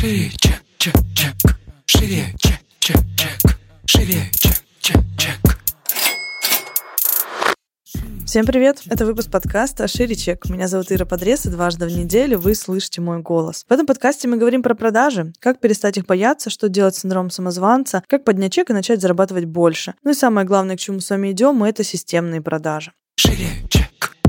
Шире, чек, чек, чек. Шире, чек, чек, чек. Шире, чек, чек, чек. Всем привет! Это выпуск подкаста «Шире чек». Меня зовут Ира Подрез, и дважды в неделю вы слышите мой голос. В этом подкасте мы говорим про продажи, как перестать их бояться, что делать с синдромом самозванца, как поднять чек и начать зарабатывать больше. Ну и самое главное, к чему с вами идем, это системные продажи. Шире, чек.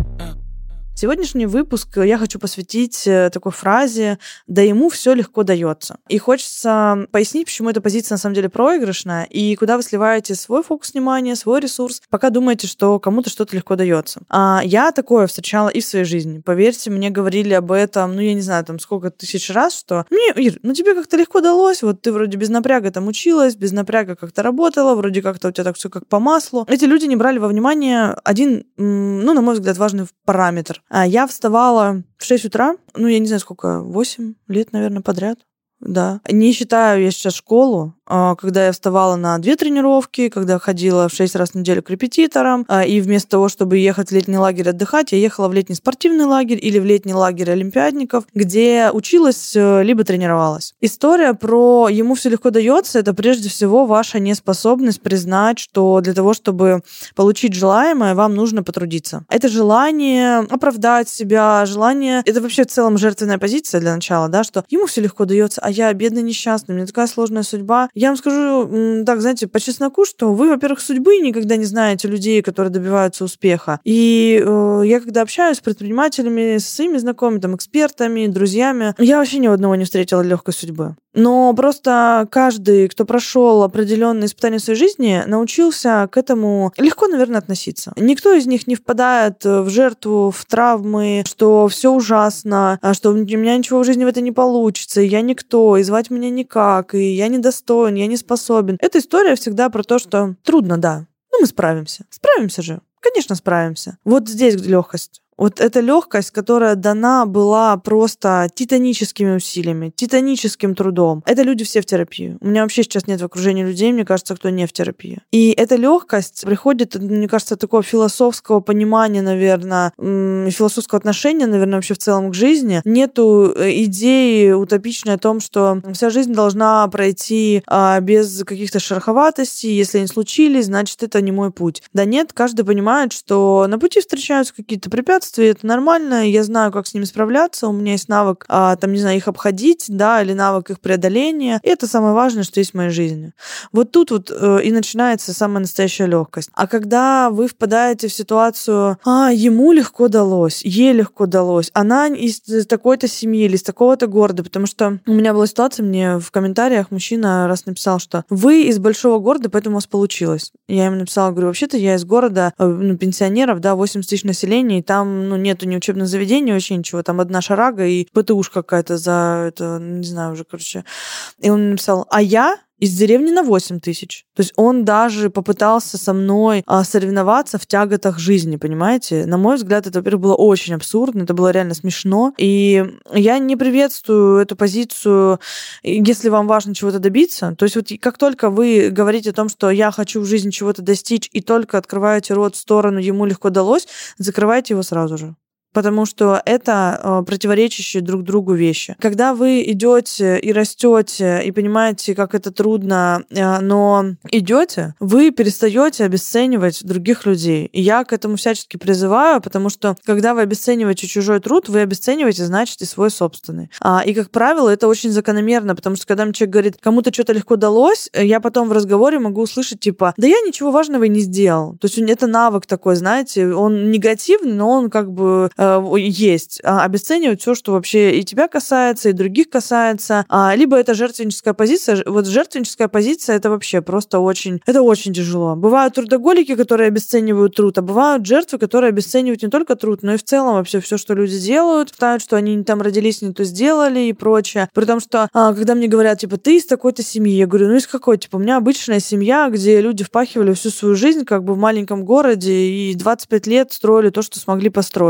Сегодняшний выпуск я хочу посвятить такой фразе «да ему все легко дается». И хочется пояснить, почему эта позиция на самом деле проигрышная, и куда вы сливаете свой фокус внимания, свой ресурс, пока думаете, что кому-то что-то легко дается. Я такое встречала и в своей жизни. Поверьте, мне говорили об этом, я не знаю, сколько тысяч раз, что Ир, тебе как-то легко далось, вот ты вроде без напряга там училась, без напряга как-то работала, вроде как-то у тебя так все как по маслу. Эти люди не брали во внимание один, на мой взгляд, важный параметр. Я вставала в 6 утра, я не знаю сколько, 8 лет, наверное, подряд. Да. Не считаю я сейчас школу, когда я вставала на 2 тренировки, когда ходила в 6 раз в неделю к репетиторам, и вместо того, чтобы ехать в летний лагерь отдыхать, я ехала в летний спортивный лагерь или в летний лагерь олимпиадников, где училась либо тренировалась. История про «ему все легко дается» — это прежде всего ваша неспособность признать, что для того, чтобы получить желаемое, вам нужно потрудиться. Это желание оправдать себя, желание... Это вообще в целом жертвенная позиция для начала, да, что ему все легко дается, а я бедный несчастный, у меня такая сложная судьба. Я вам скажу, так, знаете, по чесноку, что вы, во-первых, судьбы никогда не знаете людей, которые добиваются успеха. И я, когда общаюсь с предпринимателями, со своими знакомыми, экспертами, друзьями, я вообще ни у одного не встретила легкой судьбы. Но просто каждый, кто прошел определенные испытания в своей жизни, научился к этому легко, наверное, относиться. Никто из них не впадает в жертву, в травмы, что все ужасно, что у меня ничего в жизни в это не получится, и я никто, и звать меня никак, и я недостоин, я не способен. Эта история всегда про то, что трудно, да, но мы справимся. Справимся же. Конечно, справимся. Вот здесь легкость. Вот эта легкость, которая дана была просто титаническими усилиями, титаническим трудом. Это люди все в терапии. У меня вообще сейчас нет в окружении людей, мне кажется, кто не в терапии. И эта легкость приходит, мне кажется, от такого философского понимания, наверное, философского отношения, наверное, вообще в целом к жизни. Нету идеи утопичной о том, что вся жизнь должна пройти без каких-то шероховатостей. Если они случились, значит, это не мой путь. Да нет, каждый понимает, что на пути встречаются какие-то препятствия, это нормально, я знаю, как с ними справляться, у меня есть навык, их обходить, да, или навык их преодоления, и это самое важное, что есть в моей жизни. Вот тут и начинается самая настоящая легкость. А когда вы впадаете в ситуацию, ему легко далось, ей легко далось, она из такой-то семьи или из такого-то города, потому что у меня была ситуация, мне в комментариях мужчина раз написал, что вы из большого города, поэтому у вас получилось. Я ему написала, говорю, вообще-то я из города пенсионеров, да, 80 тысяч населения, и там нету ни учебного заведения, вообще ничего. Там одна шарага и ПТУш какая-то за это, не знаю уже, короче. И он написал, а я из деревни на 8 тысяч. То есть он даже попытался со мной соревноваться в тяготах жизни, понимаете? На мой взгляд, это, во-первых, было очень абсурдно, это было реально смешно. И я не приветствую эту позицию, если вам важно чего-то добиться. То есть вот как только вы говорите о том, что я хочу в жизни чего-то достичь, и только открываете рот в сторону «ему легко далось», закрывайте его сразу же. Потому что это противоречащие друг другу вещи. Когда вы идете и растете, и понимаете, как это трудно, но идете, вы перестаете обесценивать других людей. И я к этому всячески призываю, потому что когда вы обесцениваете чужой труд, вы обесцениваете, значит, и свой собственный. И, как правило, это очень закономерно, потому что когда мне человек говорит, кому-то что-то легко далось, я потом в разговоре могу услышать, типа, да я ничего важного и не сделал. То есть это навык такой, знаете, он негативный, но он как бы есть. Обесценивать все, что вообще и тебя касается, и других касается. Либо это жертвенническая позиция. Вот жертвенническая позиция — это вообще просто очень тяжело. Бывают трудоголики, которые обесценивают труд, а бывают жертвы, которые обесценивают не только труд, но и в целом вообще все, что люди делают, считают, что они там родились, не то сделали и прочее. При том, что когда мне говорят, типа, ты из такой-то семьи, я говорю, из какой? Типа, у меня обычная семья, где люди впахивали всю свою жизнь как бы в маленьком городе и 25 лет строили то, что смогли построить. Да,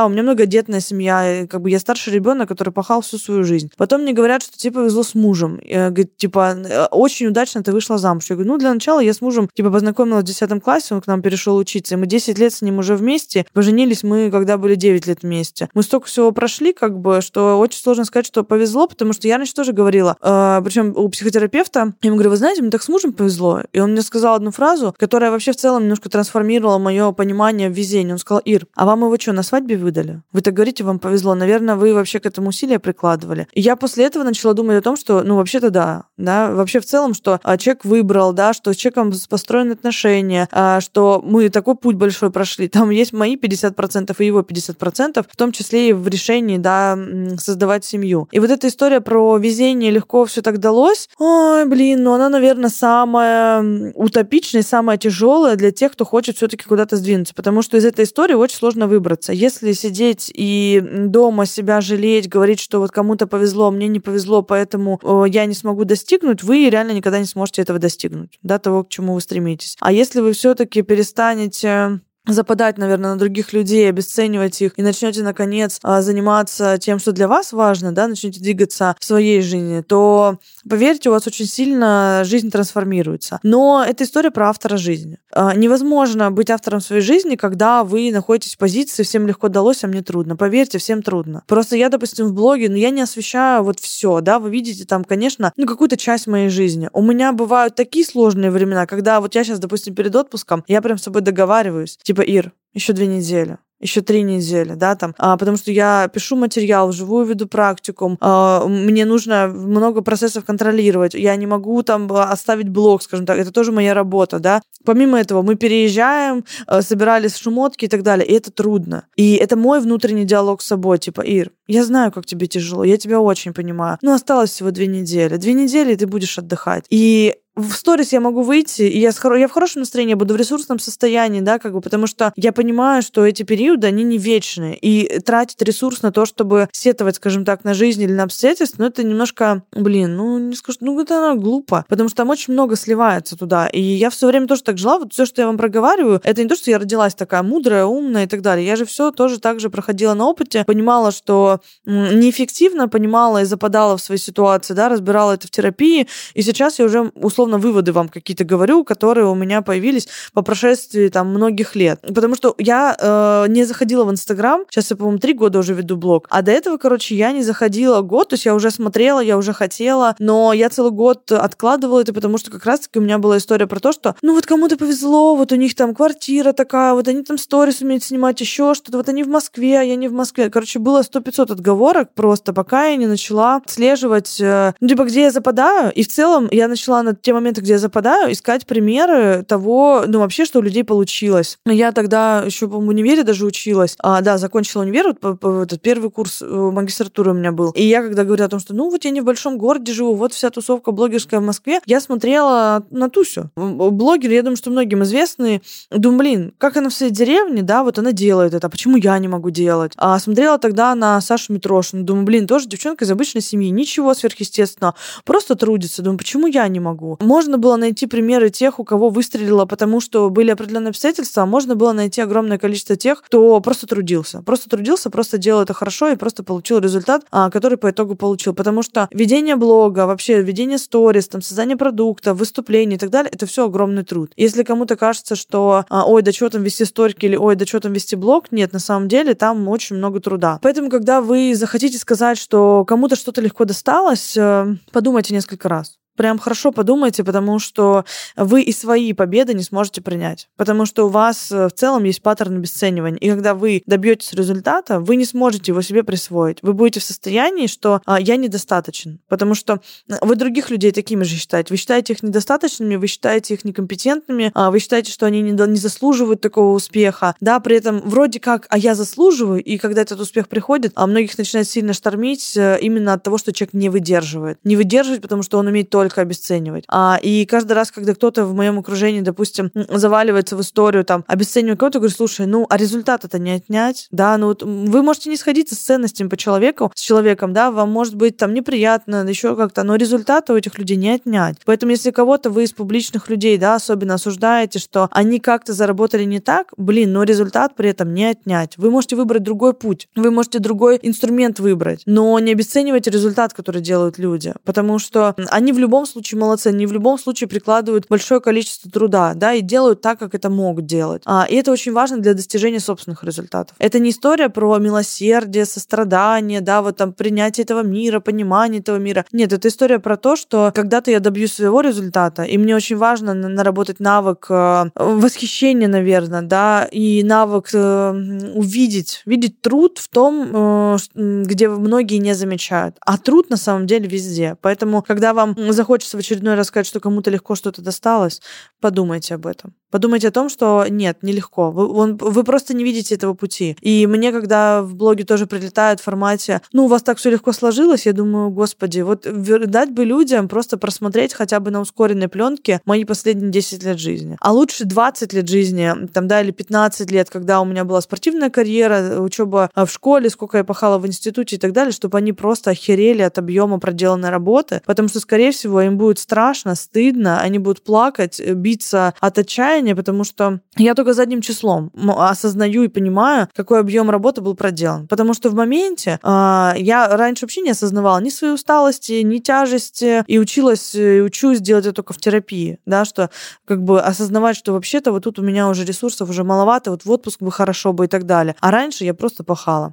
у меня многодетная семья, и, как бы я старший ребенок, который пахал всю свою жизнь. Потом мне говорят, что тебе повезло с мужем. Говорит, типа, очень удачно ты вышла замуж. Я говорю, ну, для начала я с мужем, типа, познакомилась в 10 классе, он к нам перешел учиться, и мы 10 лет с ним уже вместе. Поженились мы, когда были 9 лет вместе. Мы столько всего прошли, как бы, что очень сложно сказать, что повезло, потому что я раньше тоже говорила, причем у психотерапевта, я ему говорю, вы знаете, мне так с мужем повезло. И он мне сказал одну фразу, которая вообще в целом немножко трансформировала мое понимание везения. Он сказал, Ир, а вам его что, на свадьбе выдали? Вы так говорите, вам повезло. Наверное, вы вообще к этому усилия прикладывали. И я после этого начала думать о том, что, ну, вообще-то да, вообще в целом, что человек выбрал, да, что с человеком построены отношения, что мы такой путь большой прошли. Там есть мои 50% и его 50%, в том числе и в решении, да, создавать семью. И вот эта история про везение, легко все так далось, ой, блин, ну она, наверное, самая утопичная, самая тяжелая для тех, кто хочет все-таки куда-то сдвинуться, потому что из этой истории очень сложно выбраться. Если сидеть и дома себя жалеть, говорить, что вот кому-то повезло, а мне не повезло, поэтому я не смогу достигнуть, вы реально никогда не сможете этого достигнуть, да, того, к чему вы стремитесь. А если вы все-таки перестанете западать, наверное, на других людей, обесценивать их, и начнете, наконец, заниматься тем, что для вас важно, да, начнете двигаться в своей жизни, то, поверьте, у вас очень сильно жизнь трансформируется. Но это история про автора жизни. Невозможно быть автором своей жизни, когда вы находитесь в позиции «всем легко далось, а мне трудно». Поверьте, всем трудно. Просто я, допустим, в блоге, я не освещаю вот все, да, вы видите там, конечно, какую-то часть моей жизни. У меня бывают такие сложные времена, когда вот я сейчас, допустим, перед отпуском, я прям с собой договариваюсь, типа, Ир, еще 2 недели. Еще 3 недели, да, там, потому что я пишу материал, вживую веду практикум, мне нужно много процессов контролировать, я не могу там оставить блог, скажем так, это тоже моя работа, да. Помимо этого, мы переезжаем, собирались в шмотки и так далее, и это трудно. И это мой внутренний диалог с собой, типа, Ир, я знаю, как тебе тяжело, я тебя очень понимаю, но осталось всего 2 недели. 2 недели, и ты будешь отдыхать. И в сторис я могу выйти, и я в хорошем настроении, буду в ресурсном состоянии, да, как бы, потому что я понимаю, что эти периоды, они не вечные, и тратить ресурс на то, чтобы сетовать, скажем так, на жизнь или на обстоятельства, это немножко, не скажу, это глупо, потому что там очень много сливается туда, и я все время тоже так жила, вот все, что я вам проговариваю, это не то, что я родилась такая мудрая, умная и так далее, я же все тоже так же проходила на опыте, понимала, что неэффективно, понимала и западала в свои ситуации, да, разбирала это в терапии, и сейчас я уже условно выводы вам какие-то говорю, которые у меня появились по прошествии там многих лет. Потому что я не заходила в Инстаграм, сейчас я, по-моему, 3 года уже веду блог, а до этого, я не заходила год, то есть я уже смотрела, я уже хотела, но я целый год откладывала это, потому что как раз-таки у меня была история про то, что, вот кому-то повезло, вот у них там квартира такая, вот они там сторис умеют снимать, еще что-то, вот они в Москве, а я не в Москве. Было 100-500 отговорок просто, пока я не начала отслеживать, где я западаю, и в целом я начала на те моменты, где я западаю, искать примеры того, вообще, что у людей получилось. Я тогда еще, по-моему, в универе даже училась. Закончила универ, этот первый курс магистратуры у меня был. И я, когда говорю о том, что, я не в большом городе живу, вот вся тусовка блогерская в Москве, я смотрела на Тусю. Блогеры, я думаю, что многим известны. Думаю, как она в своей деревне, да, вот она делает это, а почему я не могу делать? Смотрела тогда на Сашу Митрошину. Думаю, тоже девчонка из обычной семьи, ничего сверхъестественного, просто трудится. Думаю, почему я не могу? Можно было найти примеры тех, у кого выстрелило, потому что были определенные обстоятельства, а можно было найти огромное количество тех, кто просто трудился, просто делал это хорошо и просто получил результат, который по итогу получил. Потому что ведение блога, вообще ведение сторис, создание продукта, выступлений и так далее, это все огромный труд. Если кому-то кажется, что ой, да что там вести сторики или ой, да что там вести блог, нет, на самом деле там очень много труда. Поэтому, когда вы захотите сказать, что кому-то что-то легко досталось, подумайте несколько раз. Прям хорошо подумайте, потому что вы и свои победы не сможете принять. Потому что у вас в целом есть паттерн обесценивания. И когда вы добьетесь результата, вы не сможете его себе присвоить. Вы будете в состоянии, что я недостаточен. Потому что вы других людей такими же считаете. Вы считаете их недостаточными, вы считаете их некомпетентными, вы считаете, что они не заслуживают такого успеха. Да, при этом вроде как, я заслуживаю, и когда этот успех приходит, многих начинает сильно штормить именно от того, что человек не выдерживает. Не выдерживает, потому что он умеет только только обесценивать. И каждый раз, когда кто-то в моем окружении, допустим, заваливается в историю, там, обесценивает кого-то, говорю, слушай, а результата-то не отнять, да, вы можете не сходиться с ценностями по человеку, с человеком, да, вам может быть там неприятно, еще как-то, но результата у этих людей не отнять. Поэтому если кого-то вы из публичных людей, да, особенно осуждаете, что они как-то заработали не так, но результат при этом не отнять. Вы можете выбрать другой путь, вы можете другой инструмент выбрать, но не обесценивайте результат, который делают люди, потому что они в любом случае молодцы, они в любом случае прикладывают большое количество труда, да, и делают так, как это могут делать. И это очень важно для достижения собственных результатов. Это не история про милосердие, сострадание, да, вот там принятие этого мира, понимание этого мира. Нет, это история про то, что когда-то я добьюсь своего результата, и мне очень важно наработать навык восхищения, наверное, да, и навык видеть труд в том, где многие не замечают. А труд на самом деле везде. Поэтому, когда вам захочется в очередной раз сказать, что кому-то легко что-то досталось, подумайте об этом. Подумайте о том, что нет, нелегко. Вы просто не видите этого пути. И мне, когда в блоге тоже прилетают в формате, у вас так все легко сложилось, я думаю, господи, вот дать бы людям просто просмотреть хотя бы на ускоренной пленке мои последние 10 лет жизни. А лучше 20 лет жизни, там, да, или 15 лет, когда у меня была спортивная карьера, учеба в школе, сколько я пахала в институте и так далее, чтобы они просто охерели от объема проделанной работы, потому что, скорее всего, им будет страшно, стыдно, они будут плакать, биться от отчаяния, потому что я только задним числом осознаю и понимаю, какой объем работы был проделан. Потому что в моменте я раньше вообще не осознавала ни своей усталости, ни тяжести, и учусь делать это только в терапии, да, что как бы осознавать, что вообще-то вот тут у меня уже ресурсов уже маловато, вот в отпуск бы хорошо бы и так далее. А раньше я просто пахала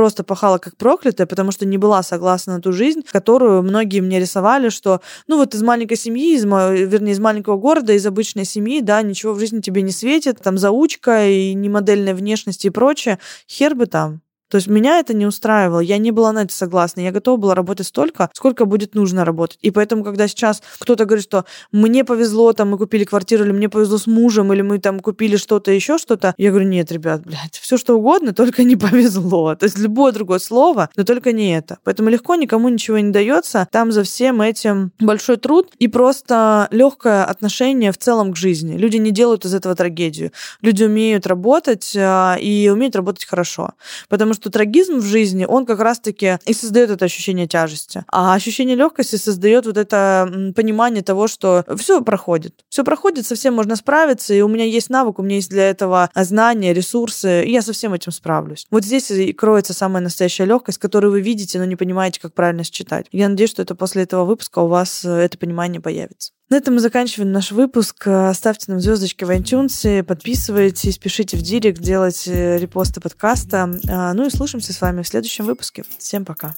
как проклятая, потому что не была согласна на ту жизнь, которую многие мне рисовали, что, из маленькой семьи, из маленького города, из обычной семьи, да, ничего в жизни тебе не светит, там заучка и не модельная внешность и прочее, хер бы там. То есть меня это не устраивало, я не была на это согласна, я готова была работать столько, сколько будет нужно работать. И поэтому, когда сейчас кто-то говорит, что мне повезло, там, мы купили квартиру, или мне повезло с мужем, или мы там купили что-то, еще что-то, я говорю, нет, ребят, все что угодно, только не повезло. То есть любое другое слово, но только не это. Поэтому легко никому ничего не дается, там за всем этим большой труд и просто легкое отношение в целом к жизни. Люди не делают из этого трагедию. Люди умеют работать и умеют работать хорошо. Потому что трагизм в жизни, он как раз-таки и создает это ощущение тяжести. А ощущение легкости создает вот это понимание того, что все проходит, со всем можно справиться, и у меня есть навык, у меня есть для этого знания, ресурсы, и я со всем этим справлюсь. Вот здесь и кроется самая настоящая легкость, которую вы видите, но не понимаете, как правильно считать. Я надеюсь, что после этого выпуска у вас это понимание появится. На этом мы заканчиваем наш выпуск. Ставьте нам звездочки в iTunes, подписывайтесь, пишите в директ, делайте репосты подкаста. И слышимся с вами в следующем выпуске. Всем пока.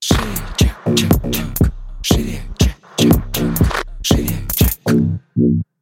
Шире, чек.